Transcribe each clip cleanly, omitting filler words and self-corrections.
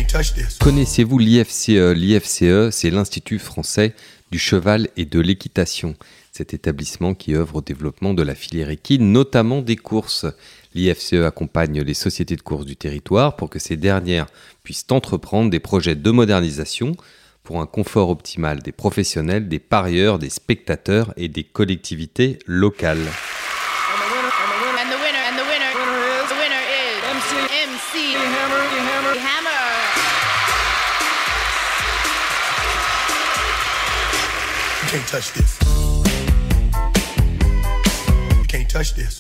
Connaissez-vous l'IFCE ? L'IFCE, c'est l'Institut français du cheval et de l'équitation. Cet établissement qui œuvre au développement de la filière équine, notamment des courses. L'IFCE accompagne les sociétés de courses du territoire pour que ces dernières puissent entreprendre des projets de modernisation pour un confort optimal des professionnels, des parieurs, des spectateurs et des collectivités locales. MC Hammer. You can't touch this. You can't touch this.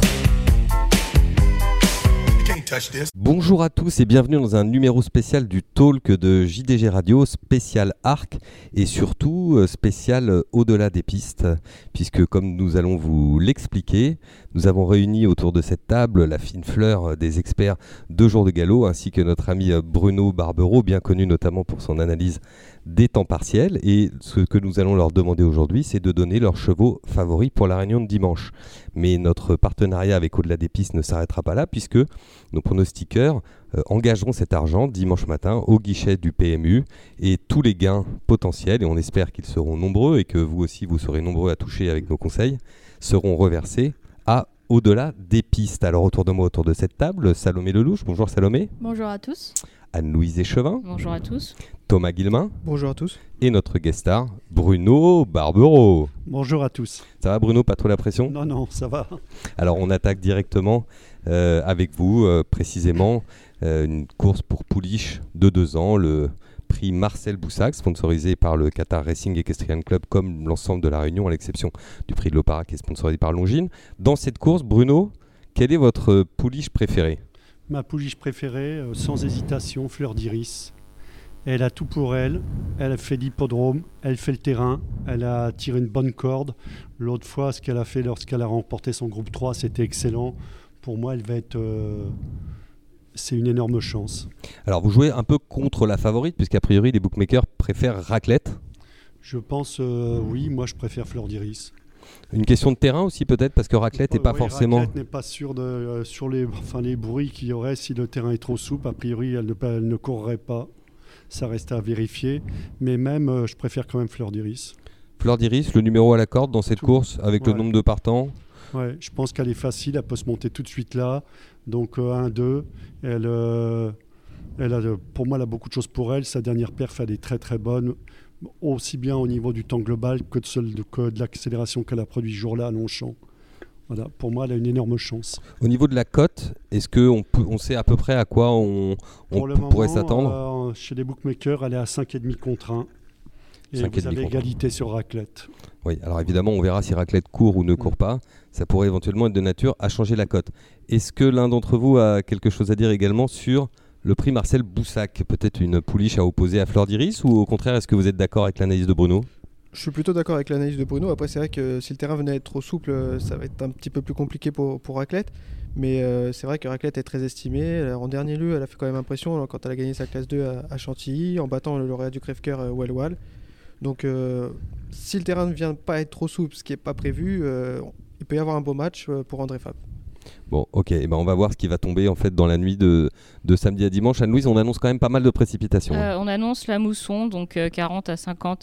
You can't touch this. Bonjour à tous et bienvenue dans un numéro spécial du Talk de JDG Radio, spécial Arc et surtout spécial Au-delà des pistes, puisque comme nous allons vous l'expliquer, nous avons réuni autour de cette table la fine fleur des experts de Jour de Galop, ainsi que notre ami Bruno Barbereau, bien connu notamment pour son analyse des temps partiels. Et ce que nous allons leur demander aujourd'hui, c'est de donner leurs chevaux favoris pour la réunion de dimanche. Mais notre partenariat avec Au-delà des pistes ne s'arrêtera pas là, puisque nos pronostiqueurs engageront cet argent dimanche matin au guichet du PMU, et tous les gains potentiels, et on espère qu'ils seront nombreux et que vous aussi vous serez nombreux à toucher avec nos conseils, seront reversés à Au-delà des pistes. Alors autour de moi, autour de cette table, Salomé Lelouch. Bonjour Salomé. Bonjour à tous. Anne-Louise Échevin. Bonjour à tous. Thomas Guillemin. Bonjour à tous. Et notre guest star, Bruno Barbereau. Bonjour à tous. Ça va Bruno, pas trop la pression ? Non, ça va. Alors on attaque directement avec vous, précisément, une course pour pouliches de 2 ans, le prix Marcel Boussac, sponsorisé par le Qatar Racing Equestrian Club, comme l'ensemble de la Réunion, à l'exception du prix de l'Opara qui est sponsorisé par Longines. Dans cette course, Bruno, quelle est votre pouliche préférée ? Ma pouliche préférée, sans hésitation, Fleur d'Iris. Elle a tout pour elle. Elle fait l'hippodrome, elle fait le terrain, elle a tiré une bonne corde. L'autre fois, ce qu'elle a fait lorsqu'elle a remporté son groupe 3, c'était excellent. Pour moi, elle va être... c'est une énorme chance. Alors, vous jouez un peu contre la favorite, puisqu'a priori, les bookmakers préfèrent Raclette. Je pense, oui, moi je préfère Fleur d'Iris. Une question de terrain aussi peut-être, parce que Raclette n'est pas forcément... Raclette n'est pas sûr sur les bruits qu'il y aurait si le terrain est trop souple. A priori, elle ne courrait pas. Ça reste à vérifier. Mais même, je préfère quand même Fleur d'Iris. Fleur d'Iris, le numéro à la corde dans cette course, avec le nombre de partants. Ouais, je pense qu'elle est facile. Elle peut se monter tout de suite là. Donc 1-2. Pour moi, elle a beaucoup de choses pour elle. Sa dernière perf, elle est très très bonne. Aussi bien au niveau du temps global que de l'accélération qu'elle a produit ce jour-là à Longchamp. Voilà, pour moi, elle a une énorme chance. Au niveau de la cote, est-ce qu'on sait à peu près à quoi on pourrait s'attendre ? Chez les bookmakers, elle est à 5,5 contre 1. Et vous avez égalité sur Raclette. Oui, alors évidemment, on verra si Raclette court ou ne court pas. Ça pourrait éventuellement être de nature à changer la cote. Est-ce que l'un d'entre vous a quelque chose à dire également sur le prix Marcel Boussac, peut-être une pouliche à opposer à Fleur d'Iris, ou au contraire, est-ce que vous êtes d'accord avec l'analyse de Bruno ? Je suis plutôt d'accord avec l'analyse de Bruno. Après, c'est vrai que si le terrain venait à être trop souple, ça va être un petit peu plus compliqué pour Raclette. Mais c'est vrai que Raclette est très estimée. En dernier lieu, elle a fait quand même impression quand elle a gagné sa classe 2 à Chantilly, en battant le lauréat du crève-cœur Well. Donc, si le terrain ne vient pas être trop souple, ce qui n'est pas prévu, il peut y avoir un beau match pour André Fab. Bon, ok, on va voir ce qui va tomber en fait dans la nuit de samedi à dimanche. Anne-Louise, on annonce quand même pas mal de précipitations. On annonce la mousson, donc 40 à 50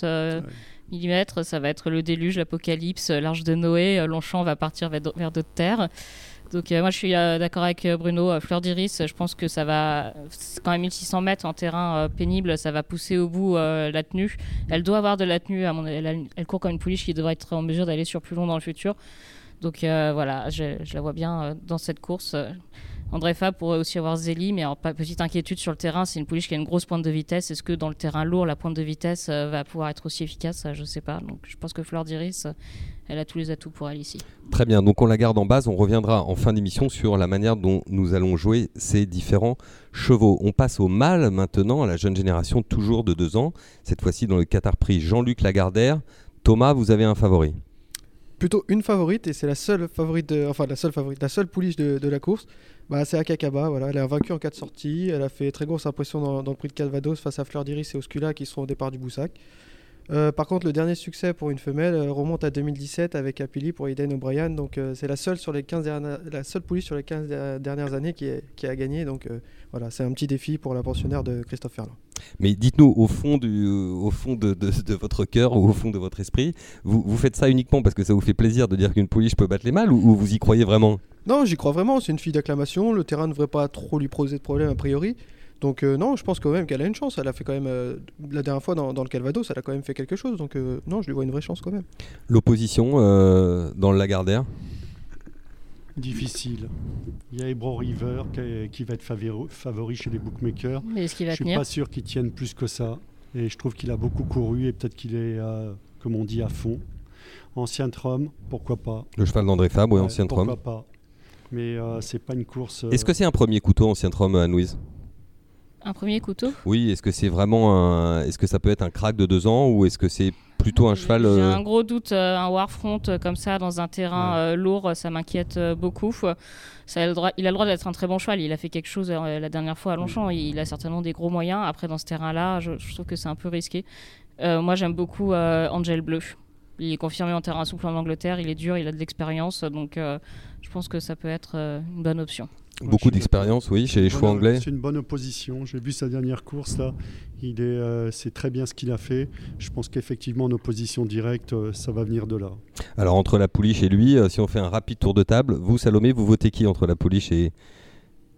mm. Ça va être le déluge, l'apocalypse, l'arche de Noé. Longchamp va partir vers d'autres terres. Donc moi je suis d'accord avec Bruno. Fleur d'Iris, je pense que ça va, c'est quand même 1600 mètres en terrain pénible, ça va pousser au bout la tenue. Elle doit avoir de la tenue, elle court comme une pouliche qui devrait être en mesure d'aller sur plus long dans le futur. Donc voilà, je la vois bien dans cette course. André Fab pourrait aussi avoir Zélie, mais alors, petite inquiétude sur le terrain, c'est une pouliche qui a une grosse pointe de vitesse. Est-ce que dans le terrain lourd, la pointe de vitesse va pouvoir être aussi efficace ? Je ne sais pas. Donc je pense que Fleur d'Iris, elle a tous les atouts pour elle ici. Très bien, donc on la garde en base. On reviendra en fin d'émission sur la manière dont nous allons jouer ces différents chevaux. On passe au mâle maintenant, à la jeune génération, toujours de 2 ans. Cette fois-ci dans le Qatar Prix Jean-Luc Lagardère. Thomas, vous avez un favori ? Plutôt une favorite, et c'est la seule pouliche de la course. C'est Akakaba. Voilà. Elle a vaincu en 4 sorties. Elle a fait très grosse impression dans le prix de Calvados face à Fleur d'Iris et Oscula qui seront au départ du Boussac. Par contre, le dernier succès pour une femelle remonte à 2017 avec Apili pour Eden O'Brien. Donc, c'est la seule pouliche sur les 15 dernières années qui a gagné. Donc, voilà, c'est un petit défi pour la pensionnaire de Christophe Ferland. Mais dites-nous, au fond de votre cœur ou au fond de votre esprit, vous faites ça uniquement parce que ça vous fait plaisir de dire qu'une pouliche peut battre les mâles ou vous y croyez vraiment ? Non, j'y crois vraiment. C'est une fille d'acclamation. Le terrain ne devrait pas trop lui poser de problème a priori. Donc non, je pense quand même qu'elle a une chance. Elle a fait quand même, la dernière fois dans le Calvados, elle a quand même fait quelque chose. Donc non, je lui vois une vraie chance quand même. L'opposition dans le Lagardère ? Difficile. Il y a Ebro River qui va être favori chez les bookmakers. Mais est-ce qu'il Je va ne suis tenir ? pas sûr qu'il tienne plus que ça. Et je trouve qu'il a beaucoup couru et peut-être qu'il est, comme on dit, à fond. Ancien Trom, pourquoi pas. Le cheval d'André Fabre, oui, Ouais, ancien Trom. pourquoi pas. Mais c'est pas une course... Est-ce que c'est un premier couteau, ancien Trom, Anne-Louise ? Un premier couteau ? Oui, est-ce que c'est vraiment est-ce que ça peut être un crack de 2 ans ou est-ce que c'est plutôt un cheval J'ai un gros doute, un Warfront comme ça dans un terrain lourd, ça m'inquiète beaucoup. Il a le droit d'être un très bon cheval. Il a fait quelque chose la dernière fois à Longchamp. Il a certainement des gros moyens. Après, dans ce terrain-là, je trouve que c'est un peu risqué. Moi, j'aime beaucoup Angel Bleu. Il est confirmé en terrain souple en Angleterre. Il est dur, il a de l'expérience. Donc, je pense que ça peut être une bonne option. Beaucoup d'expérience, oui, chez les chevaux anglais. C'est une bonne opposition. J'ai vu sa dernière course là. C'est très bien ce qu'il a fait. Je pense qu'effectivement en opposition directe, ça va venir de là. Alors entre la pouliche et lui, si on fait un rapide tour de table, vous Salomé, vous votez qui entre la pouliche et l'anglais ?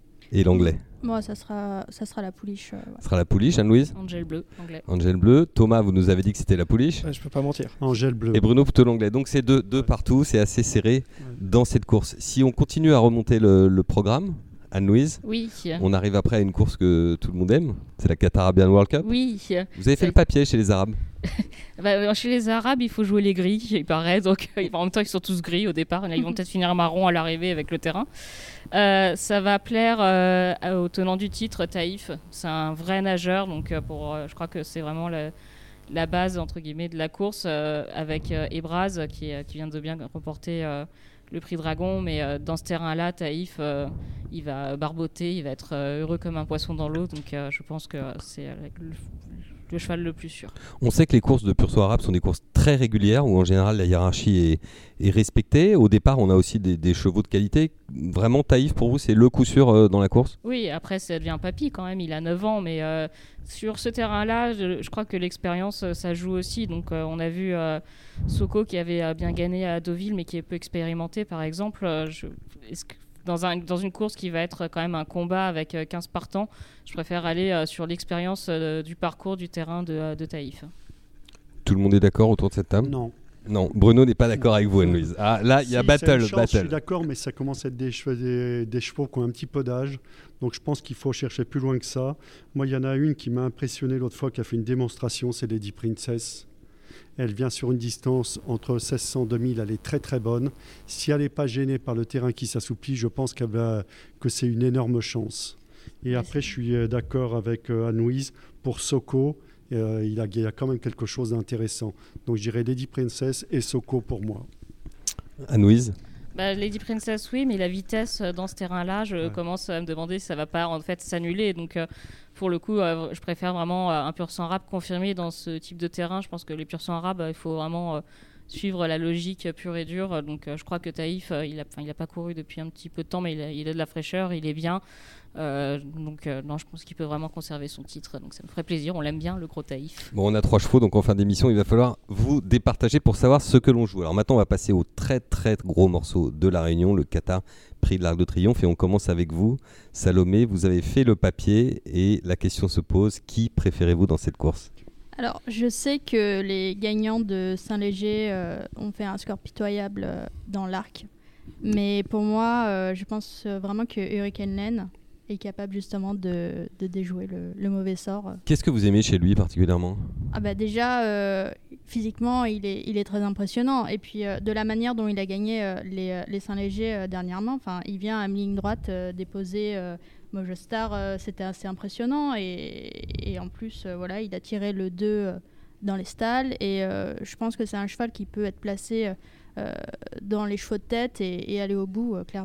Moi, ça sera la pouliche. Ouais. Ce sera la pouliche, Anne-Louise ? Angel Bleu, anglais. Angel Bleu. Thomas, vous nous avez dit que c'était la pouliche. Ouais, je peux pas mentir. Angèle Bleu. Et Bruno plutôt l'anglais. Donc c'est deux partout, c'est assez serré dans cette course. Si on continue à remonter le programme, Anne-Louise, Oui. on arrive après à une course que tout le monde aime, c'est la Qatar Arabian World Cup. Oui. Vous avez fait le papier chez les Arabes. Chez les Arabes, il faut jouer les gris, il paraît. Donc, en même temps, ils sont tous gris au départ. Ils vont peut-être finir marron à l'arrivée avec le terrain. Ça va plaire au tenant du titre, Taïf. C'est un vrai nageur. Donc, je crois que c'est vraiment la base, entre guillemets, de la course avec Ebraz qui vient de bien remporter le prix Dragon. Mais dans ce terrain-là, Taïf, il va barboter, il va être heureux comme un poisson dans l'eau. Donc, je pense que c'est le cheval le plus sûr. On sait que les courses de Pur Sang Arabe sont des courses très régulières où en général la hiérarchie est respectée. Au départ, on a aussi des chevaux de qualité. Vraiment, Taïf, pour vous, c'est le coup sûr dans la course ? Oui, après, ça devient papy quand même. Il a 9 ans, mais sur ce terrain-là, je crois que l'expérience, ça joue aussi. Donc, on a vu Soko qui avait bien gagné à Deauville, mais qui est peu expérimenté, par exemple. Dans une course qui va être quand même un combat avec 15 partants, je préfère aller sur l'expérience du parcours du terrain de Taïf. Tout le monde est d'accord autour de cette table ? Non. Non, Bruno n'est pas d'accord avec vous, Anne-Louise. Ah, là, il y a battle. Je suis d'accord, mais ça commence à être des chevaux qui ont un petit peu d'âge. Donc je pense qu'il faut chercher plus loin que ça. Moi, il y en a une qui m'a impressionné l'autre fois, qui a fait une démonstration, c'est Lady Princess. Elle vient sur une distance entre 1600 et 2000, elle est très très bonne. Si elle n'est pas gênée par le terrain qui s'assouplit, je pense que c'est une énorme chance. Et après, je suis d'accord avec Anne-Louise. Pour Soko, il y a quand même quelque chose d'intéressant. Donc je dirais Lady Princess et Soko pour moi. Anne-Louise ? Lady Princess, oui, mais la vitesse dans ce terrain-là, je commence à me demander si ça ne va pas en fait s'annuler. Donc, pour le coup, je préfère vraiment un Pur Sang Arabe confirmé dans ce type de terrain. Je pense que les Pur Sang Arabes, il faut vraiment suivre la logique pure et dure. Donc, je crois que Taïf, il a pas couru depuis un petit peu de temps, mais il a de la fraîcheur, il est bien. Non, je pense qu'il peut vraiment conserver son titre. Donc, ça me ferait plaisir. On l'aime bien, le gros Taïf. Bon, on a 3 chevaux, donc en fin d'émission, il va falloir vous départager pour savoir ce que l'on joue. Alors maintenant, on va passer au très très gros morceau de la Réunion, le Qatar Prix de l'Arc de Triomphe. Et on commence avec vous, Salomé. Vous avez fait le papier et la question se pose, qui préférez-vous dans cette course ? Alors, je sais que les gagnants de Saint-Léger ont fait un score pitoyable dans l'arc. Mais pour moi, je pense vraiment que Hurricane Lane est capable justement de déjouer le mauvais sort. Qu'est-ce que vous aimez chez lui particulièrement ? Déjà, physiquement, il est très impressionnant. Et puis, de la manière dont il a gagné les Saint-Léger dernièrement, il vient à ligne droite déposer Mojostar, c'était assez impressionnant. Et en plus, il a tiré le 2 dans les stalles. Et je pense que c'est un cheval qui peut être placé dans les chevaux de tête et aller au bout, clairement.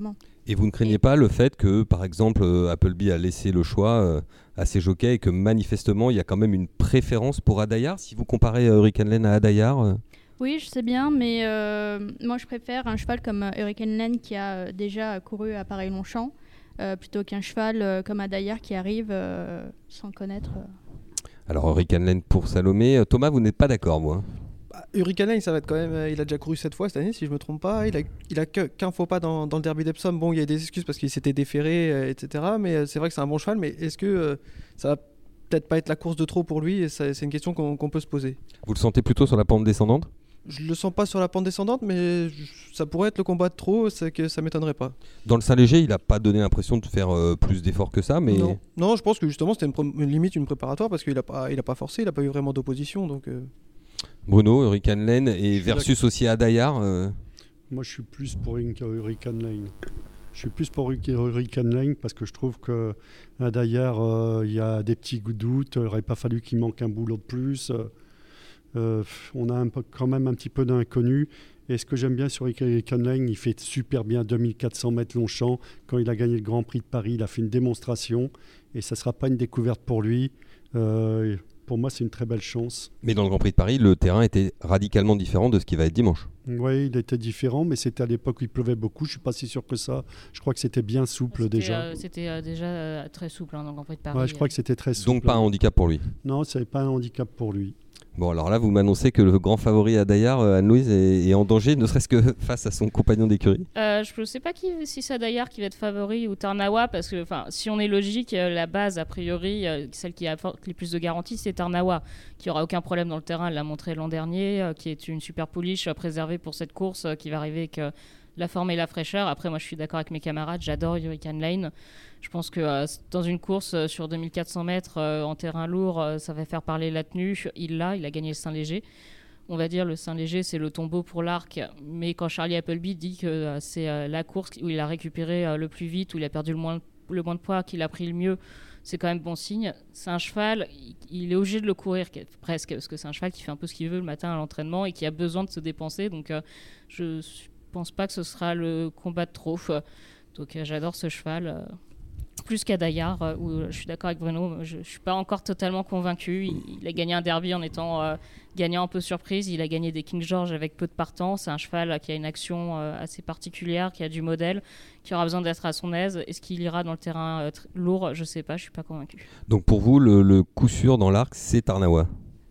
Et vous ne craignez pas le fait que, par exemple, Appleby a laissé le choix à ses jockeys et que manifestement, il y a quand même une préférence pour Adayar? Si vous comparez Hurricane Lane à Adayar Oui, je sais bien, mais moi je préfère un cheval comme Hurricane Lane qui a déjà couru à Paris-Longchamp plutôt qu'un cheval comme Adayar qui arrive sans connaître. Alors, Hurricane Lane pour Salomé. Thomas, vous n'êtes pas d'accord, vous Hurricane Lane, ça va être quand même. Il a déjà couru 7 fois cette année, si je me trompe pas. Il a qu'un faux pas dans le derby d'Epsom. Bon, il y a des excuses parce qu'il s'était déféré, etc. Mais c'est vrai que c'est un bon cheval. Mais est-ce que ça va peut-être pas être la course de trop pour lui? Et c'est une question qu'on peut se poser. Vous le sentez plutôt sur la pente descendante? Je le sens pas sur la pente descendante, mais ça pourrait être le combat de trop. C'est que ça m'étonnerait pas. Dans le Saint-Léger, il n'a pas donné l'impression de faire plus d'efforts que ça, mais... Non, je pense que justement c'était limite une préparatoire parce qu'il a pas forcé, il a pas eu vraiment d'opposition. Donc. Bruno, Hurricane Lane et versus aussi Adayar. Moi, je suis plus pour Hurricane Lane. Je suis plus pour Hurricane Lane parce que je trouve que Adayar, il y a des petits doutes. Il n'aurait pas fallu qu'il manque un boulot de plus. On a quand même un petit peu d'inconnu. Et ce que j'aime bien sur Hurricane Lane, il fait super bien 2400 mètres Longchamp. Quand il a gagné le Grand Prix de Paris, il a fait une démonstration. Et ça ne sera pas une découverte pour lui. Pour moi, c'est une très belle chance. Mais dans le Grand Prix de Paris, le terrain était radicalement différent de ce qui va être dimanche. Oui, il était différent, mais c'était à l'époque où il pleuvait beaucoup. Je ne suis pas si sûr que ça. Je crois que c'était bien souple déjà. C'était déjà très souple dans le Grand Prix de Paris. Ouais, je crois que c'était très souple. Donc pas un handicap pour lui. Non, ce n'est pas un handicap pour lui. Bon, alors là, vous m'annoncez que le grand favori Adayar, Anne-Louise, est en danger, ne serait-ce que face à son compagnon d'écurie. Je ne sais pas si c'est Adayar qui va être favori ou Tarnawa, parce que si on est logique, la base, a priori, celle qui apporte les plus de garanties, c'est Tarnawa, qui n'aura aucun problème dans le terrain. Elle l'a montré l'an dernier, qui est une super pouliche préservée pour cette course, qui va arriver avec la forme et la fraîcheur. Après, moi, je suis d'accord avec mes camarades, j'adore Hurricane Lane. Je pense que dans une course sur 2400 mètres en terrain lourd, ça va faire parler la tenue. Il a gagné le Saint-Léger. On va dire le Saint-Léger, c'est le tombeau pour l'arc. Mais quand Charlie Appleby dit que c'est la course où il a récupéré le plus vite, où il a perdu le moins de poids, qu'il a pris le mieux, c'est quand même bon signe. C'est un cheval, il est obligé de le courir presque, parce que c'est un cheval qui fait un peu ce qu'il veut le matin à l'entraînement et qui a besoin de se dépenser. Donc je pense pas que ce sera le combat de trop. Donc j'adore ce cheval. Plus qu'Adayar, où je suis d'accord avec Bruno, je ne suis pas encore totalement convaincu. Il a gagné un derby en étant gagnant un peu surprise. Il a gagné des King George avec peu de partants. C'est un cheval qui a une action assez particulière, qui a du modèle, qui aura besoin d'être à son aise. Est-ce qu'il ira dans le terrain lourd? Je ne sais pas, je ne suis pas convaincu. Donc pour vous, le coup sûr dans l'arc, c'est Tarnawa?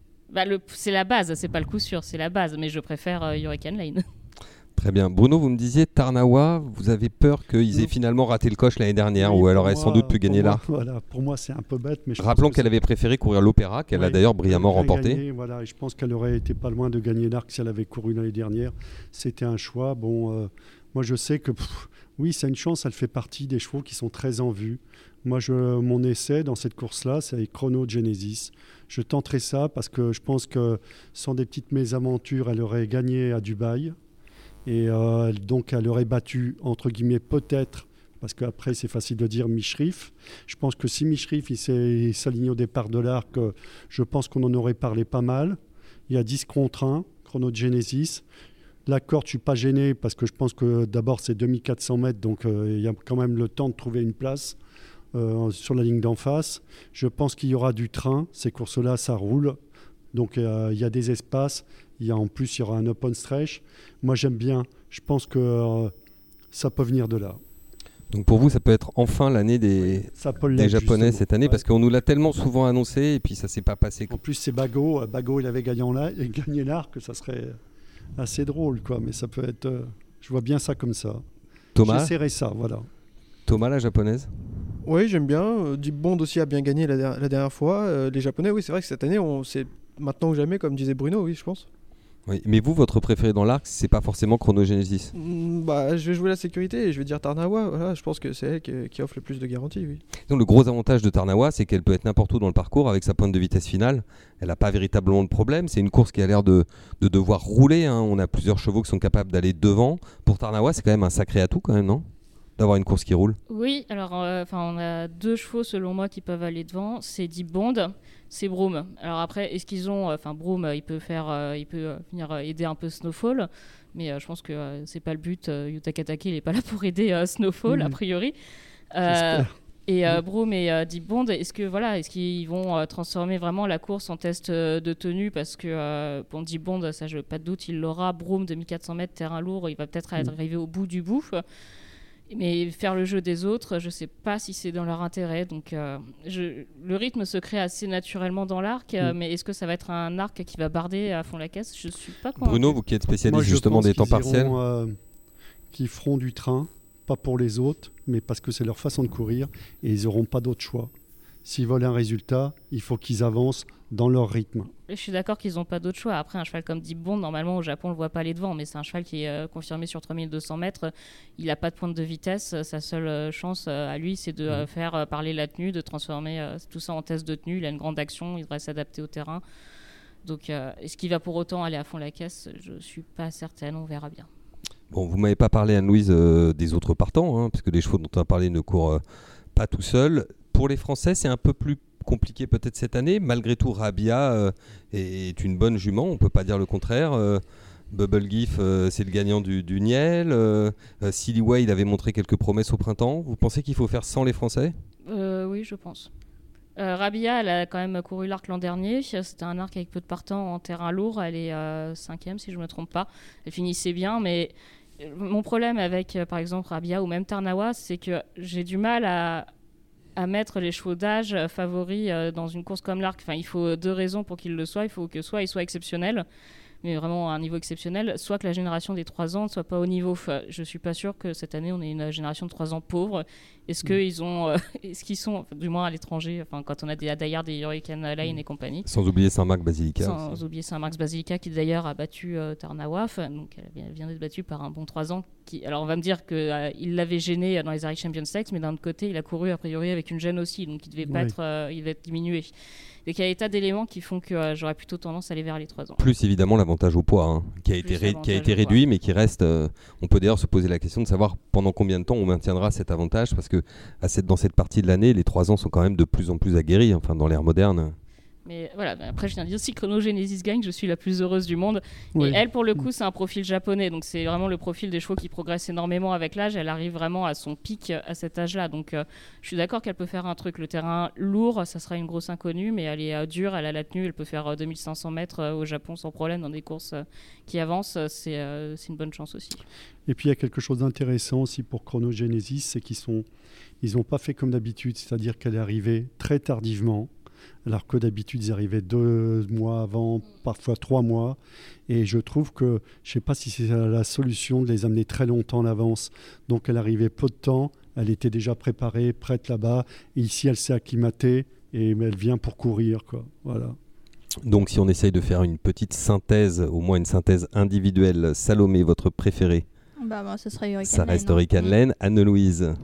C'est la base, c'est pas le coup sûr, c'est la base. Mais je préfère Hurricane Lane. Très bien. Bruno, vous me disiez Tarnawa, vous avez peur qu'ils aient finalement raté le coche l'année dernière, où elle aurait sans doute pu gagner là. Voilà, pour moi c'est un peu bête. Mais rappelons qu'elle avait préféré courir l'Opéra, qu'elle a d'ailleurs brillamment remporté. Voilà, et je pense qu'elle aurait été pas loin de gagner l'Arc si elle avait couru l'année dernière. C'était un choix. Bon, moi je sais que oui, c'est une chance, elle fait partie des chevaux qui sont très en vue. Moi, mon essai dans cette course-là, c'est avec Chrono Genesis. Je tenterai ça parce que je pense que sans des petites mésaventures, elle aurait gagné à Dubaï. Et donc elle aurait battu, entre guillemets, peut-être, parce qu'après c'est facile de dire Mishrif. Je pense que si Mishrif il s'aligne au départ de l'arc, je pense qu'on en aurait parlé pas mal. Il y a 10 contre 1, Chrono Genesis. La corde, je ne suis pas gêné parce que je pense que d'abord c'est 2400 mètres, donc il y a quand même le temps de trouver une place sur la ligne d'en face. Je pense qu'il y aura du train, ces courses-là ça roule, donc il y a des espaces. En plus, il y aura un open stretch. Moi, j'aime bien. Je pense que ça peut venir de là. Donc pour vous, ça peut être enfin l'année des Japonais justement. Cette année, parce qu'on nous l'a tellement souvent annoncé et puis ça ne s'est pas passé. En plus, c'est Bago. Bago, il avait gagné l'arc, ça serait assez drôle, quoi. Mais ça peut être... je vois bien ça comme ça. Thomas, j'essaierai ça, voilà. Thomas, la japonaise? Oui, j'aime bien. Deep Bond aussi a bien gagné la dernière fois. Les Japonais, oui, c'est vrai que cette année, c'est maintenant ou jamais, comme disait Bruno, oui, je pense. Oui, mais vous, votre préféré dans l'arc, c'est pas forcément Chrono Genesis. Je vais jouer la sécurité et je vais dire Tarnawa. Voilà, je pense que c'est elle qui offre le plus de garanties. Oui. Donc le gros avantage de Tarnawa, c'est qu'elle peut être n'importe où dans le parcours avec sa pointe de vitesse finale. Elle n'a pas véritablement de problème. C'est une course qui a l'air de devoir rouler. Hein. On a plusieurs chevaux qui sont capables d'aller devant. Pour Tarnawa, c'est quand même un sacré atout, quand même, non? d'avoir une course qui roule? Oui, alors on a 2 chevaux selon moi qui peuvent aller devant. C'est Deep Bond, c'est Broom. Alors après, est-ce qu'ils ont, Broom, il peut venir aider un peu Snowfall, mais je pense que c'est pas le but. Yuta Katake, il est pas là pour aider Snowfall a priori. J'espère. Et Broom et Deep Bond, est-ce qu'ils vont transformer vraiment la course en test de tenue, parce que Deep Bond, ça, je pas de doute, il l'aura. Broom, 2400 mètres, terrain lourd, il va peut-être arriver au bout du bout. Mais faire le jeu des autres, je sais pas si c'est dans leur intérêt. Donc, le rythme se crée assez naturellement dans l'arc, mais est-ce que ça va être un arc qui va barder à fond la caisse? Je suis pas convaincu. Bruno, vous qui êtes spécialiste Moi, je justement pense des temps qu'ils partiels. qui feront du train, pas pour les autres, mais parce que c'est leur façon de courir et ils n'auront pas d'autre choix. S'ils veulent un résultat, il faut qu'ils avancent dans leur rythme. Je suis d'accord qu'ils n'ont pas d'autre choix. Après, un cheval comme Deep Bond, normalement au Japon, on ne le voit pas aller devant, mais c'est un cheval qui est confirmé sur 3200 mètres. Il n'a pas de pointe de vitesse. Sa seule chance à lui, c'est de faire parler la tenue, de transformer tout ça en test de tenue. Il a une grande action, il devrait s'adapter au terrain. Donc, est-ce qu'il va pour autant aller à fond la caisse? Je ne suis pas certaine, on verra bien. Bon, vous m'avez pas parlé, Anne-Louise, des autres partants, puisque les chevaux dont on a parlé ne courent pas tout seuls. Pour les Français, c'est un peu plus compliqué peut-être cette année. Malgré tout, Rabia est une bonne jument, on peut pas dire le contraire. Bubble Gif, c'est le gagnant du Niel. Silly Way, il avait montré quelques promesses au printemps. Vous pensez qu'il faut faire sans les Français? Oui, je pense. Rabia, elle a quand même couru l'arc l'an dernier. C'était un arc avec peu de partants en terrain lourd. Elle est 5e, si je ne me trompe pas. Elle finissait bien, mais mon problème avec, par exemple, Rabia ou même Tarnawa, c'est que j'ai du mal à mettre les chevaux d'âge favoris dans une course comme l'arc. Enfin, il faut 2 raisons pour qu'ils le soient. Il faut que soit ils soient exceptionnels, mais vraiment à un niveau exceptionnel, soit que la génération des 3 ans ne soit pas au niveau. Je suis pas sûre que cette année on ait une génération de 3 ans pauvre. Est-ce qu'ils sont, du moins à l'étranger, quand on a des Adayar, des Hurricane Line et compagnie. Sans oublier Saint-Marc Basilica. Sans oublier Saint-Marc Basilica, qui d'ailleurs a battu Tarnawaf, donc elle vient d'être battue par un bon 3 ans. Alors on va me dire qu'il l'avait gêné dans les Irish Champions Stakes, mais d'un autre côté il a couru a priori avec une gêne aussi, donc il devait pas il devait être diminué. Donc il y a des tas d'éléments qui font que j'aurais plutôt tendance à aller vers les 3 ans. Plus évidemment l'avantage au poids, qui a été réduit, mais qui reste. On peut d'ailleurs se poser la question de savoir pendant combien de temps on maintiendra cet avantage, parce que dans cette partie de l'année, les 3 ans sont quand même de plus en plus aguerris, dans l'ère moderne. Mais voilà, après je viens de dire, si Chronogenesis gagne, je suis la plus heureuse du monde. Oui. Et elle, pour le coup, c'est un profil japonais, donc c'est vraiment le profil des chevaux qui progressent énormément avec l'âge. Elle arrive vraiment à son pic à cet âge-là, donc je suis d'accord qu'elle peut faire un truc. Le terrain lourd, ça sera une grosse inconnue, mais elle est dure, elle a la tenue, elle peut faire 2500 mètres au Japon sans problème dans des courses qui avancent. C'est une bonne chance aussi. Et puis il y a quelque chose d'intéressant aussi pour Chronogenesis, c'est qu'ils n'ont pas fait comme d'habitude, c'est-à-dire qu'elle est arrivée très tardivement. Alors que d'habitude, ils arrivaient 2 mois avant, parfois 3 mois. Et je trouve que, je ne sais pas si c'est la solution de les amener très longtemps en avance. Donc elle arrivait peu de temps, elle était déjà préparée, prête là-bas. Et ici, elle s'est acclimatée et elle vient pour courir, quoi. Voilà. Donc si on essaye de faire une petite synthèse, au moins une synthèse individuelle, Salomé, votre préféré? Moi, ce serait Hurricane Ça reste Lane, Hurricane Lane. Anne-Louise?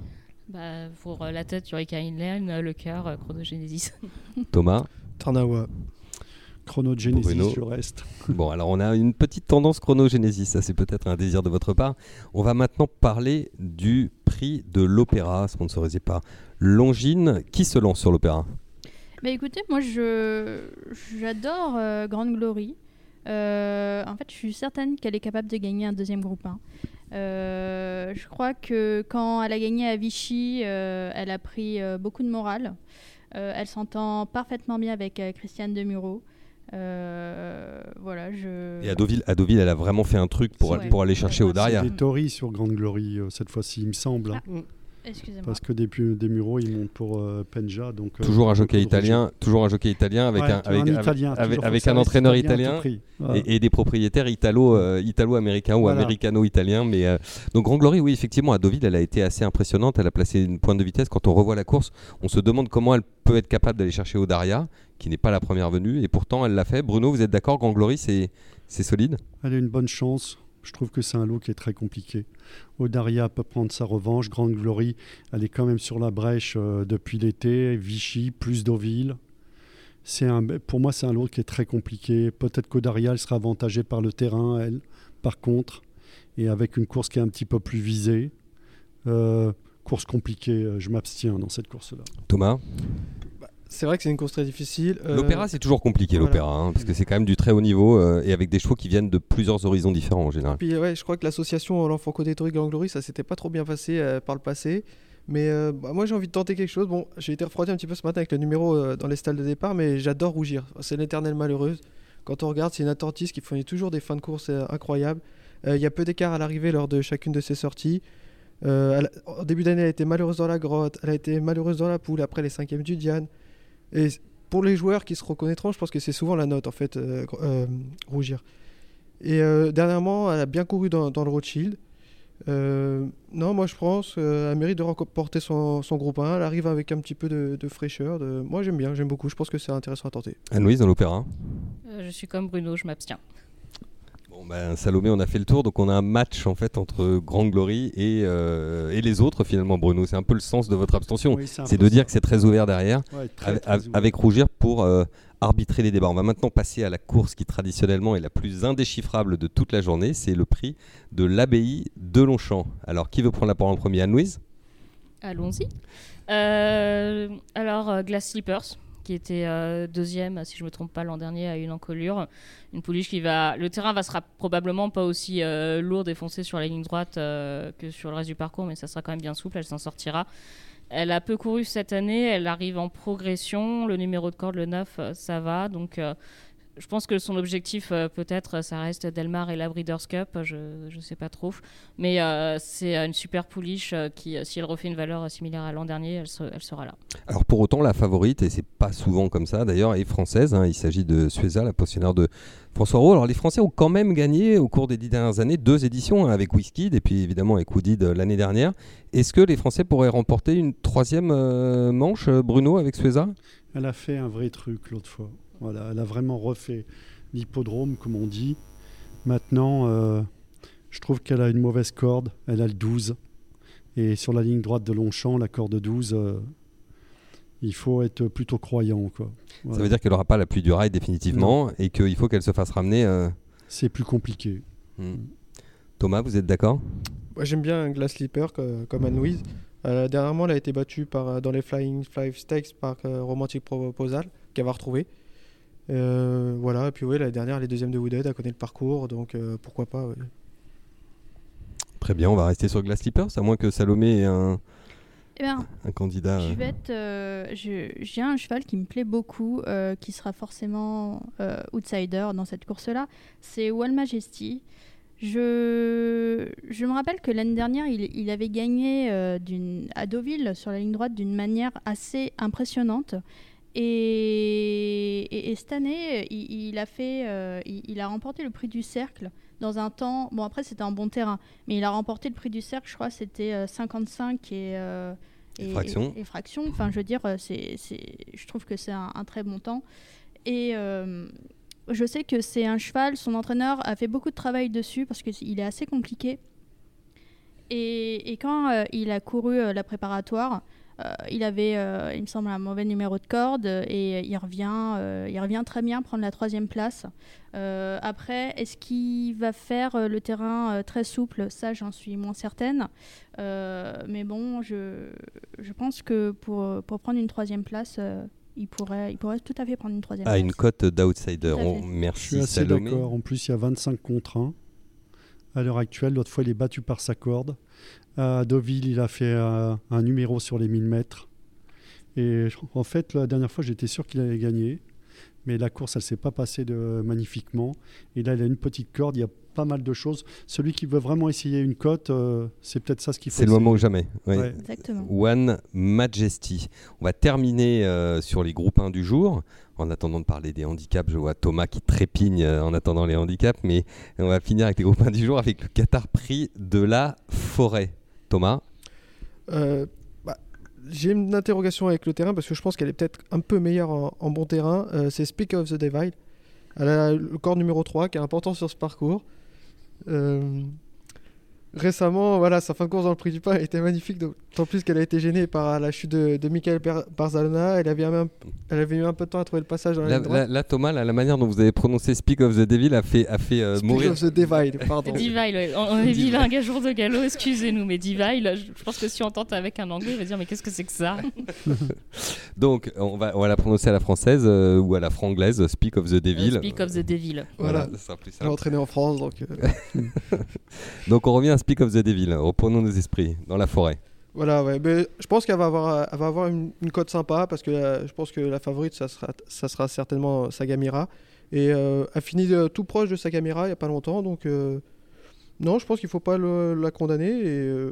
Pour la tête, Hurricane Lane, le cœur, Chronogenesis. Thomas? Tarnawa. Chronogenesis, Bruno. je reste. Bon, alors on a une petite tendance Chronogenesis, ça c'est peut-être un désir de votre part. On va maintenant parler du prix de l'Opéra, sponsorisé par Longines. Qui se lance sur l'Opéra? Écoutez, moi j'adore Grande Glory. En fait, je suis certaine qu'elle est capable de gagner un 2e groupe 1. Je crois que quand elle a gagné à Vichy, elle a pris beaucoup de morale. Elle s'entend parfaitement bien avec Christiane Demuro. Voilà, Et à Deauville, elle a vraiment fait un truc pour aller chercher Audaria. C'est des Tories sur Grande Glory cette fois-ci, il me semble. Excusez-moi. Parce que des Mureaux, ils montent pour Penja. Donc, toujours un jockey italien avec un entraîneur italien et des propriétaires italo-américains ou américano-italiens. Mais donc Grande Glory, oui, effectivement, à Deauville, elle a été assez impressionnante. Elle a placé une pointe de vitesse. Quand on revoit la course, on se demande comment elle peut être capable d'aller chercher Audaria, qui n'est pas la première venue, et pourtant elle l'a fait. Bruno, vous êtes d'accord? Grande Glory, c'est solide? Elle a une bonne chance. Je trouve que c'est un lot qui est très compliqué. Audaria peut prendre sa revanche. Grande Glory, elle est quand même sur la brèche depuis l'été. Vichy, plus Deauville. Pour moi, c'est un lot qui est très compliqué. Peut-être qu'Audaria, elle sera avantagée par le terrain, elle, par contre. Et avec une course qui est un petit peu plus visée. Course compliquée, je m'abstiens dans cette course-là. Thomas, C'est vrai que c'est une course très difficile. l'Opéra c'est toujours compliqué, voilà. l'Opéra, hein, parce que c'est quand même du très haut niveau et avec des chevaux qui viennent de plusieurs horizons différents en général. Puis je crois que l'association l'Enfant Côté Torique Grand Glory, ça s'était pas trop bien passé par le passé. Mais moi j'ai envie de tenter quelque chose. Bon, j'ai été refroidi un petit peu ce matin avec le numéro dans les stalles de départ, mais j'adore rougir. C'est l'éternelle malheureuse. Quand on regarde, c'est une attentis qui fournit toujours des fins de course incroyables. Il y a peu d'écart à l'arrivée lors de chacune de ses sorties. En début d'année, elle a été malheureuse dans la grotte, elle a été malheureuse dans la poule, après les 5e du Diane. Et pour les joueurs qui se reconnaîtront, je pense que c'est souvent la note en fait, rougir. Et dernièrement, elle a bien couru dans le Rothschild. Non, moi je pense qu'elle mérite de remporter son groupe 1. Elle arrive avec un petit peu de fraîcheur. Moi j'aime beaucoup. Je pense que c'est intéressant à tenter. Anne-Louise, dans l'Opéra. Je suis comme Bruno, je m'abstiens. Bon, Salomé, on a fait le tour, donc on a un match en fait entre Grand Glory et les autres finalement, Bruno. C'est un peu le sens de votre abstention. Oui, un c'est peu de dire ça. que c'est très ouvert derrière, Ouais, très ouvert. avec Rougir pour arbitrer les débats. On va maintenant passer à la course qui traditionnellement est la plus indéchiffrable de toute la journée. C'est le prix de l'abbaye de Longchamp. Alors, qui veut prendre la parole en premier? Anne-Louise? Allons-y. Alors, Glass Slippers, qui était deuxième, si je ne me trompe pas, l'an dernier à une encolure. Une pouliche qui va... Le terrain sera probablement pas aussi lourd et foncé sur la ligne droite que sur le reste du parcours, mais ça sera quand même bien souple, elle s'en sortira. Elle a peu couru cette année, elle arrive en progression. Le numéro de corde, le 9, ça va. Donc, je pense que son objectif, peut-être, ça reste Delmar et la Breeders' Cup. Je ne sais pas trop. Mais c'est une super pouliche qui, si elle refait une valeur similaire à l'an dernier, elle sera là. Alors pour autant, la favorite, et c'est pas souvent comme ça d'ailleurs, est française. Il s'agit de Sueza, la pensionnaire de François Roux. Alors les Français ont quand même gagné au cours des 10 dernières années 2 éditions, avec Whisky et puis évidemment avec Woodid l'année dernière. Est-ce que les Français pourraient remporter une 3e manche, Bruno, avec Sueza? Elle a fait un vrai truc l'autre fois. Voilà, elle a vraiment refait l'hippodrome, comme on dit. Maintenant, je trouve qu'elle a une mauvaise corde. Elle a le 12. Et sur la ligne droite de Longchamp, la corde 12, il faut être plutôt croyant, quoi. Voilà. Ça veut dire qu'elle n'aura pas l'appui du rail définitivement et qu'il faut qu'elle se fasse ramener. C'est plus compliqué. Thomas, vous êtes d'accord? Moi, j'aime bien un Glass Slipper comme Anne-Louise. Dernièrement, elle a été battue dans les Flying Five Stakes par Romantic Proposal, qu'elle va retrouver. Voilà, et puis oui, l'année dernière, elle est deuxième de Woodhead, elle connaît le parcours, donc pourquoi pas. Ouais. Très bien, on va rester sur Glass Slippers, à moins que Salomé ait un candidat. J'ai un cheval qui me plaît beaucoup, qui sera forcément outsider dans cette course-là. C'est Wall Majesty. Je me rappelle que l'année dernière, il avait gagné à Deauville sur la ligne droite d'une manière assez impressionnante. Et cette année, il a remporté le prix du Cercle dans un temps... Bon, après, c'était un bon terrain, mais il a remporté le prix du Cercle, je crois, c'était 55 et fraction. Enfin, je veux dire, je trouve que c'est un très bon temps. Et je sais que c'est un cheval, son entraîneur a fait beaucoup de travail dessus parce qu'il est assez compliqué. Et quand il a couru la préparatoire... il avait, il me semble, un mauvais numéro de corde et il revient très bien prendre la 3e place. Après, est-ce qu'il va faire le terrain très souple? Ça, j'en suis moins certaine. Mais bon, je pense que pour prendre une 3e place, il pourrait tout à fait prendre une 3e place. Une cote d'outsider. Je Merci suis assez Salomé. d'accord. En plus, il y a 25 contre 1 à l'heure actuelle. L'autre fois, il est battu par sa corde. À Deauville, il a fait un numéro sur les 1000 mètres. Et en fait, la dernière fois, j'étais sûr qu'il allait gagner. Mais la course, elle ne s'est pas passée magnifiquement. Et là, il a une petite corde. Il y a pas mal de choses. Celui qui veut vraiment essayer une cote, c'est peut-être ça ce qu'il faut C'est le essayer. moment ou jamais. Ouais. Ouais. Exactement. One Majesty. On va terminer sur les groupes 1 du jour. En attendant de parler des handicaps, je vois Thomas qui trépigne en attendant les handicaps. Mais on va finir avec les groupes 1 du jour avec le Qatar Prix de la Forêt. Thomas? J'ai une interrogation avec le terrain parce que je pense qu'elle est peut-être un peu meilleure en bon terrain. C'est Speak of the Divide. Elle a le corps numéro 3 qui est important sur ce parcours. récemment, voilà, sa fin de course dans le Prix du Pain était magnifique, d'autant plus qu'elle a été gênée par la chute de Michael Barzalona. Elle avait eu un peu de temps à trouver le passage dans la ligne droite. Là, Thomas, la manière dont vous avez prononcé Speak of the Devil a fait mourir. Speak of the Devil, pardon. Devil, ouais. On est bilingue à jour de galop, excusez-nous, mais Devil, je pense que si on tente avec un anglais, il va dire mais qu'est-ce que c'est que ça? Donc, on va la prononcer à la française ou à la franglaise, Speak of the Devil. Speak of the Devil. Voilà, ça sera plus elle est simple. entraînée en France, donc... Donc, on revient à Speak of the Devil. Reprenons nos esprits dans la forêt. Voilà, ouais. Mais je pense qu'elle va avoir une cote sympa parce que je pense que la favorite, ça sera certainement Sagamira. Et elle finit tout proche de Sagamira il n'y a pas longtemps. Donc, non, je pense qu'il ne faut pas la condamner. Et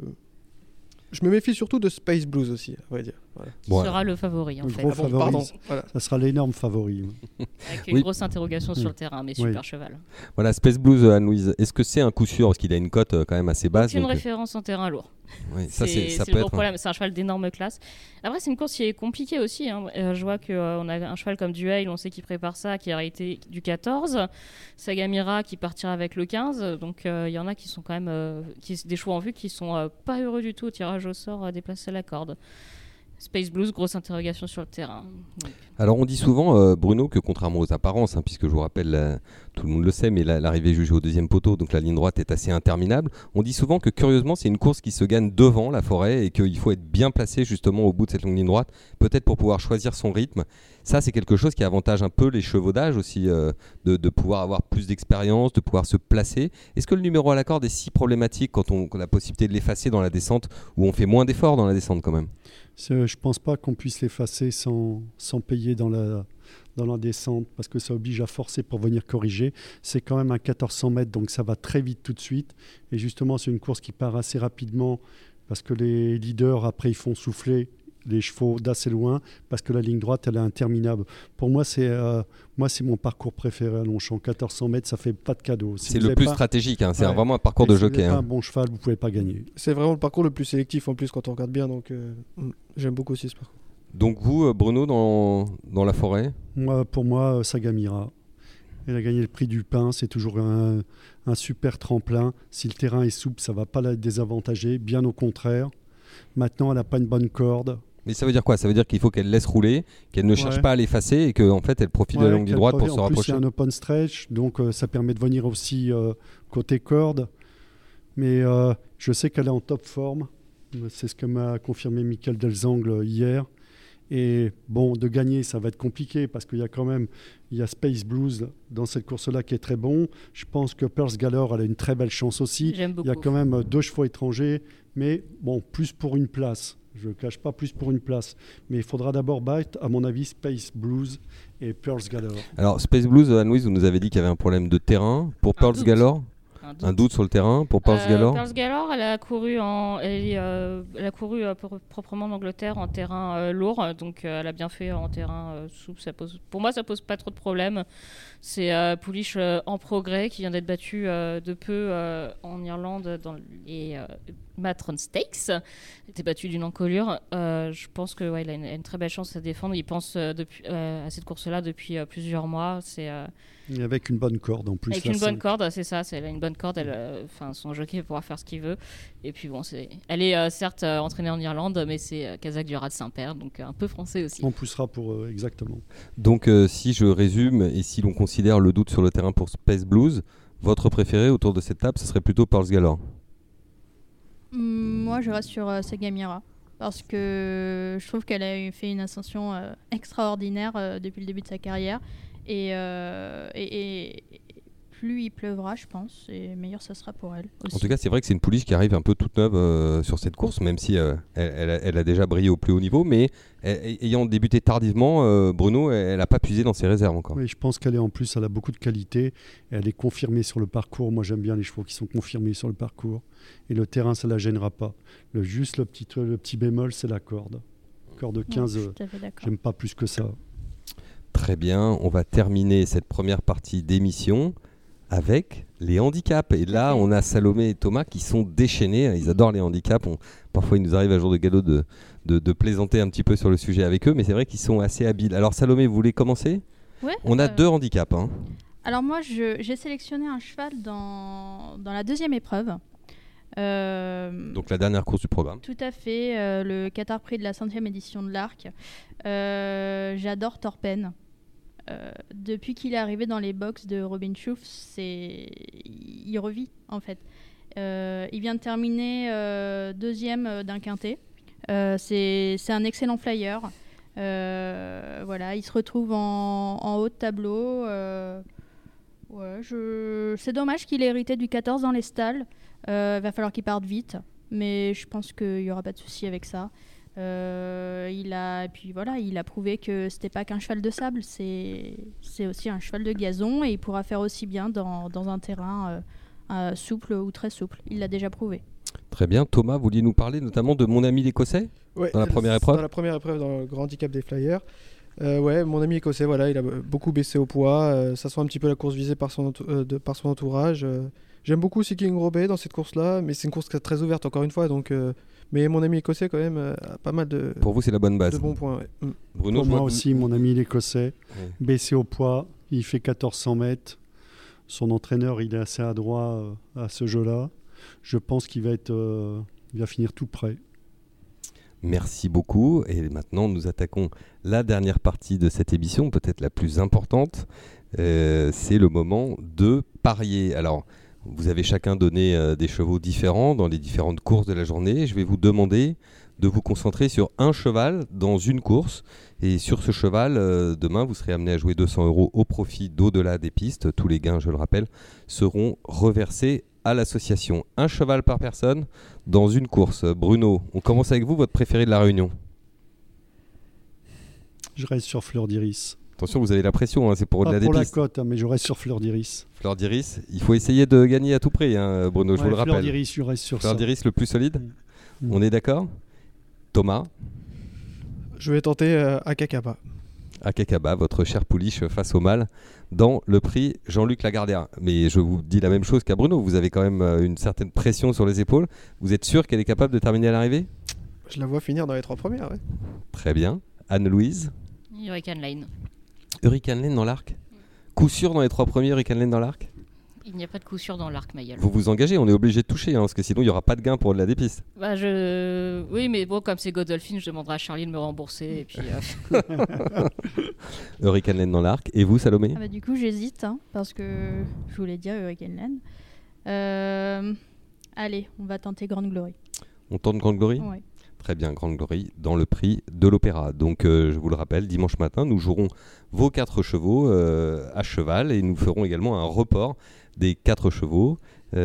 je me méfie surtout de Space Blues aussi, à vrai dire. Voilà. Qui sera le favori, en Le fait. gros favori, Pardon. Voilà. ça sera l'énorme favori. Avec une grosse interrogation sur le terrain, mais super cheval. Voilà, Space Blues, Anne-Louise. Est-ce que c'est un coup sûr? Parce qu'il a une cote quand même assez basse. C'est une donc, référence en terrain lourd. oui, ça C'est peut le gros être. problème, c'est un cheval d'énorme classe. Après, c'est une course qui est compliquée aussi. Hein. Je vois qu'on a un cheval comme Duhail, on sait qu'il prépare ça, qui a été du 14. Sagamira qui partira avec le 15. Donc, il y en a qui sont quand même des choix en vue qui sont pas heureux du tout au tirage au sort déplacé à la corde. Space Blues, grosse interrogation sur le terrain. Donc. Alors on dit souvent, Bruno, que contrairement aux apparences, puisque je vous rappelle, tout le monde le sait, mais l'arrivée jugée au deuxième poteau, donc la ligne droite est assez interminable, on dit souvent que curieusement c'est une course qui se gagne devant la forêt et qu'il faut être bien placé justement au bout de cette longue ligne droite, peut-être pour pouvoir choisir son rythme. Ça c'est quelque chose qui avantage un peu les chevaux d'âge aussi, de pouvoir avoir plus d'expérience, de pouvoir se placer. Est-ce que le numéro à la corde est si problématique quand on a la possibilité de l'effacer dans la descente, où on fait moins d'efforts dans la descente quand même? Je ne pense pas qu'on puisse l'effacer sans payer dans la descente, parce que ça oblige à forcer pour venir corriger. C'est quand même un 1400 mètres, donc ça va très vite tout de suite. Et justement, c'est une course qui part assez rapidement, parce que les leaders, après, ils font souffler les chevaux d'assez loin, parce que la ligne droite, elle est interminable. Pour moi, c'est mon parcours préféré à Longchamp. 1400 mètres, ça fait pas de cadeau. Si c'est le plus stratégique, c'est vraiment un parcours de jockey. Si vous n'avez pas un bon cheval, vous ne pouvez pas gagner. C'est vraiment le parcours le plus sélectif en plus quand on regarde bien, donc j'aime beaucoup aussi ce parcours. Donc vous, Bruno, dans la forêt? Pour moi, Sagamira. Elle a gagné le prix du pain, c'est toujours un super tremplin. Si le terrain est souple, ça ne va pas la désavantager, bien au contraire. Maintenant, elle n'a pas une bonne corde. Mais ça veut dire quoi? Ça veut dire qu'il faut qu'elle laisse rouler, qu'elle ne cherche pas à l'effacer et qu'en fait elle profite de la longue ligne droite pour se rapprocher. En plus, c'est un open stretch, donc ça permet de venir aussi côté corde. Mais je sais qu'elle est en top forme. C'est ce que m'a confirmé Michael Delzangle hier. Et bon, de gagner, ça va être compliqué parce qu'il y a Space Blues dans cette course-là qui est très bon. Je pense que Pearls Galore, elle a une très belle chance aussi. J'aime beaucoup. Il y a quand même 2 chevaux étrangers, mais bon, plus pour une place. Je ne cache pas, plus pour une place. Mais il faudra d'abord battre, à mon avis, Space Blues et Pearls Galore. Alors, Space Blues, Anne-Louise, vous nous avez dit qu'il y avait un problème de terrain. Pour Pearls Galore, un doute sur le terrain pour Pearls Galore. Pearls Galore, elle a couru proprement en Angleterre en terrain lourd, donc elle a bien fait en terrain souple. Pour moi, ça pose pas trop de problème. C'est Pouliche en progrès qui vient d'être battu de peu en Irlande dans les Matron Stakes. Il était battu d'une encolure. Je pense qu'il a une très belle chance à défendre. Il pense à cette course-là depuis plusieurs mois. Et avec une bonne corde en plus. Avec une bonne corde, c'est ça. Elle a une bonne corde. Son jockey va pouvoir faire ce qu'il veut. Et puis bon, elle est certes entraînée en Irlande, mais c'est Kazakh du Rat de Saint-Père, donc un peu français aussi. On poussera pour exactement. Donc si je résume et si l'on considère le doute sur le terrain pour Space Blues, votre préféré autour de cette table, ce serait plutôt Pearls Galore. Moi, je reste sur Sagamira. Parce que je trouve qu'elle a fait une ascension extraordinaire depuis le début de sa carrière. Et plus il pleuvra, je pense, et meilleur ça sera pour elle aussi. En tout cas, c'est vrai que c'est une pouliche qui arrive un peu toute neuve sur cette course, même si elle a déjà brillé au plus haut niveau, mais ayant débuté tardivement, Bruno, elle n'a pas puisé dans ses réserves encore. Oui, je pense qu'elle a beaucoup de qualité, et elle est confirmée sur le parcours. Moi, j'aime bien les chevaux qui sont confirmés sur le parcours, et le terrain, ça ne la gênera pas. Le petit bémol, c'est la corde. Corde 15, j'aime pas plus que ça. Très bien, on va terminer cette première partie d'émission avec les handicaps. Et là, on a Salomé et Thomas qui sont déchaînés. Ils adorent les handicaps. Parfois, il nous arrive à jour de galop de plaisanter un petit peu sur le sujet avec eux, mais c'est vrai qu'ils sont assez habiles. Alors, Salomé, vous voulez commencer? Ouais, on a 2 handicaps. Alors moi, j'ai sélectionné un cheval dans la deuxième épreuve. Donc la dernière course du programme. Tout à fait, le Qatar Prix de la 5e édition de l'Arc. J'adore Torpen. Depuis qu'il est arrivé dans les box de Robin Schulz, il revit en fait. Il vient de terminer deuxième d'un quintet. C'est un excellent flyer. Voilà, il se retrouve en haut de tableau. C'est dommage qu'il ait hérité du 14 dans les stalles. Va falloir qu'il parte vite, mais je pense qu'il n'y aura pas de souci avec ça. Il a prouvé que c'était pas qu'un cheval de sable, c'est aussi un cheval de gazon et il pourra faire aussi bien dans un terrain souple ou très souple. Il l'a déjà prouvé. Très bien. Thomas, vous vouliez nous parler notamment de mon ami l'Écossais dans la première épreuve. Dans la première épreuve, dans le grand handicap des flyers. Mon ami écossais, voilà, il a beaucoup baissé au poids. Ça sent un petit peu la course visée par son entourage. J'aime beaucoup Seeking Robet dans cette course-là, mais c'est une course très ouverte encore une fois. Donc, mais mon ami écossais quand même a pas mal de. Pour vous, c'est la bonne base. De bons points. Ouais. Bruno, pour moi aussi, mon ami l'écossais, baissé au poids, il fait 1400 mètres. Son entraîneur, il est assez adroit à ce jeu-là. Je pense qu'il va finir tout près. Merci beaucoup. Et maintenant, nous attaquons la dernière partie de cette émission, peut-être la plus importante. C'est le moment de parier. Alors, vous avez chacun donné des chevaux différents dans les différentes courses de la journée. Je vais vous demander de vous concentrer sur un cheval dans une course. Et sur ce cheval, demain, vous serez amené à jouer 200 € au profit d'au-delà des pistes. Tous les gains, je le rappelle, seront reversés à l'association. Un cheval par personne dans une course. Bruno, on commence avec vous, votre préféré de la réunion. Je reste sur Fleur d'Iris. Attention, vous avez la pression, hein, c'est pour au-delà Pas des pour la pistes. cote, hein, mais je reste sur Fleur d'Iris. Fleur d'Iris, il faut essayer de gagner à tout prix, hein, Bruno, je vous le rappelle. Fleur d'Iris, je reste sur Fleur ça. d'Iris, le plus solide. On est d'accord? Thomas? Je vais tenter Akakaba. Akakaba, votre cher pouliche face au mâle, dans le prix Jean-Luc Lagardère. Mais je vous dis la même chose qu'à Bruno, vous avez quand même une certaine pression sur les épaules. Vous êtes sûr qu'elle est capable de terminer à l'arrivée? Je la vois finir dans les 3 premières, ouais. Très bien. Anne-Louise? Hurricane Lane. Hurricane Lane dans l'arc? Coup sûr dans les 3 premiers, Hurricane Lane dans l'arc? Il n'y a pas de coup sûr dans l'arc, Mayel. Vous vous engagez, on est obligé de toucher, hein, parce que sinon il n'y aura pas de gain pour au-delà des pistes. Oui, mais bon, comme c'est Godolphin, je demanderai à Charlie de me rembourser. Et puis, Hurricane Lane dans l'arc. Et vous, Salomé? Du coup, j'hésite, parce que je voulais dire Hurricane Lane. Allez, on va tenter Grande Glory. On tente Grande Glory? Ouais. Très bien, Grande Glory dans le prix de l'Opéra. Donc, je vous le rappelle, dimanche matin, nous jouerons vos 4 chevaux à cheval et nous ferons également un report des 4 chevaux.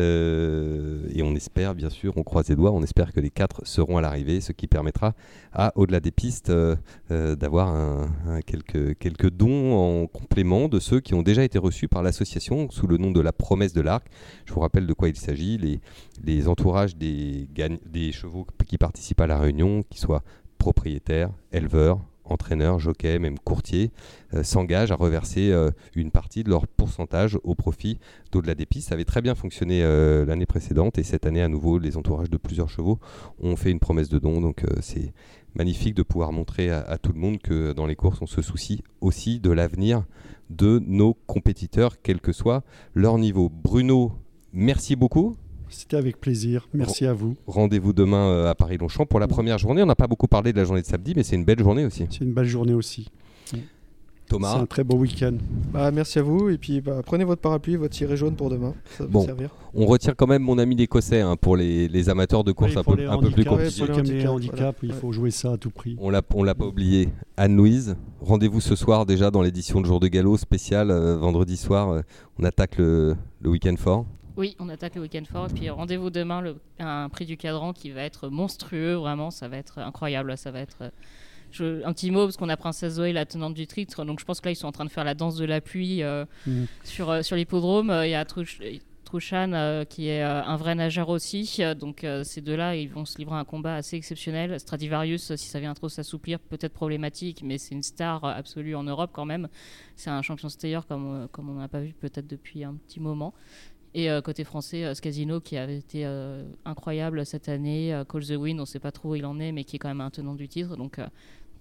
Et on espère, bien sûr, on croise les doigts, on espère que les 4 seront à l'arrivée, ce qui permettra au-delà des pistes d'avoir quelques dons en complément de ceux qui ont déjà été reçus par l'association sous le nom de la Promesse de l'Arc. Je vous rappelle de quoi il s'agit, les entourages des chevaux qui participent à la réunion, qu'ils soient propriétaires, éleveurs, entraîneurs, jockeys, même courtiers, s'engagent à reverser une partie de leur pourcentage au profit d'au-delà des pistes. Ça avait très bien fonctionné l'année précédente et cette année à nouveau les entourages de plusieurs chevaux ont fait une promesse de don, donc c'est magnifique de pouvoir montrer à tout le monde que dans les courses on se soucie aussi de l'avenir de nos compétiteurs quel que soit leur niveau. Bruno, merci beaucoup. C'était avec plaisir. Merci à vous. Rendez-vous demain à Paris-Longchamp pour la première journée. On n'a pas beaucoup parlé de la journée de samedi, mais c'est une belle journée aussi. C'est une belle journée aussi. Thomas. C'est un très beau week-end. Merci à vous. Et puis prenez votre parapluie, votre ciré jaune pour demain. Ça va servir. On retient quand même mon ami l'Écossais pour les amateurs de course un peu plus compliqués. Pour les handicaps, il faut jouer ça à tout prix. On l'a pas oublié. Anne-Louise, rendez-vous ce soir déjà dans l'édition de Jour de Galop spécial. Vendredi soir, on attaque le week-end fort. Oui, on attaque le week-end fort. Et puis rendez-vous demain, un prix du cadran qui va être monstrueux. Vraiment, ça va être incroyable. Ça va être... un petit mot, parce qu'on a Princesse Zoé, la tenante du titre. Donc je pense que là, ils sont en train de faire la danse de la pluie sur l'hippodrome. Il y a Trouchan qui est un vrai nageur aussi. Donc ces deux-là, ils vont se livrer un combat assez exceptionnel. Stradivarius, si ça vient trop s'assouplir, peut-être problématique, mais c'est une star absolue en Europe quand même. C'est un champion stayer comme on n'a pas vu peut-être depuis un petit moment. Et côté français, Scasino qui avait été incroyable cette année. Call the Wind, on ne sait pas trop où il en est, mais qui est quand même un tenant du titre. Donc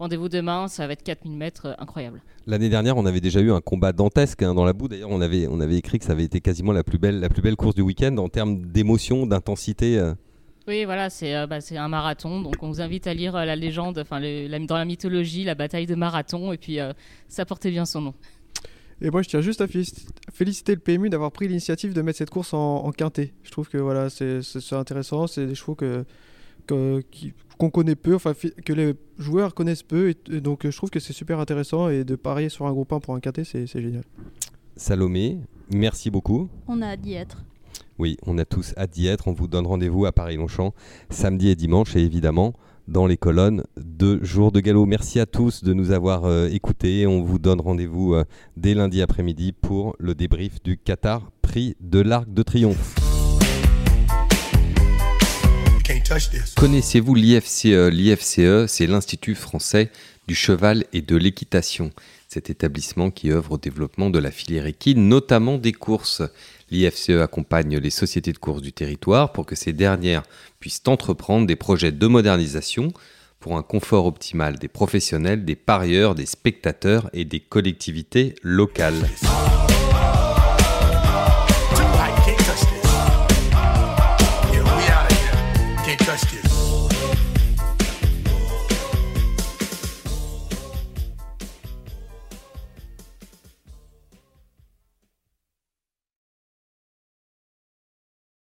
Rendez-vous demain, ça va être 4000 mètres, incroyable. L'année dernière, on avait déjà eu un combat dantesque dans la boue. D'ailleurs, on avait écrit que ça avait été quasiment la plus belle course du week-end en termes d'émotion, d'intensité. Oui, voilà, c'est un marathon. Donc, on vous invite à lire la légende, dans la mythologie, la bataille de Marathon. Et puis, ça portait bien son nom. Et moi, je tiens juste à féliciter le PMU d'avoir pris l'initiative de mettre cette course en quintet. Je trouve que voilà, c'est intéressant. C'est des chevaux qu'on connaît peu, enfin que les joueurs connaissent peu. Et donc, je trouve que c'est super intéressant. Et de parier sur un groupe 1 pour un quintet, c'est génial. Salomé, merci beaucoup. On a hâte d'y être. Oui, on a tous hâte d'y être. On vous donne rendez-vous à Paris-Longchamp samedi et dimanche. Et évidemment, dans les colonnes de Jour de Galop. Merci à tous de nous avoir écoutés. On vous donne rendez-vous dès lundi après-midi pour le débrief du Qatar Prix de l'Arc de Triomphe. Connaissez-vous l'IFCE ? L'IFCE, c'est l'Institut français du cheval et de l'équitation. Cet établissement qui œuvre au développement de la filière équine, notamment des courses. L'IFCE accompagne les sociétés de courses du territoire pour que ces dernières puissent entreprendre des projets de modernisation pour un confort optimal des professionnels, des parieurs, des spectateurs et des collectivités locales.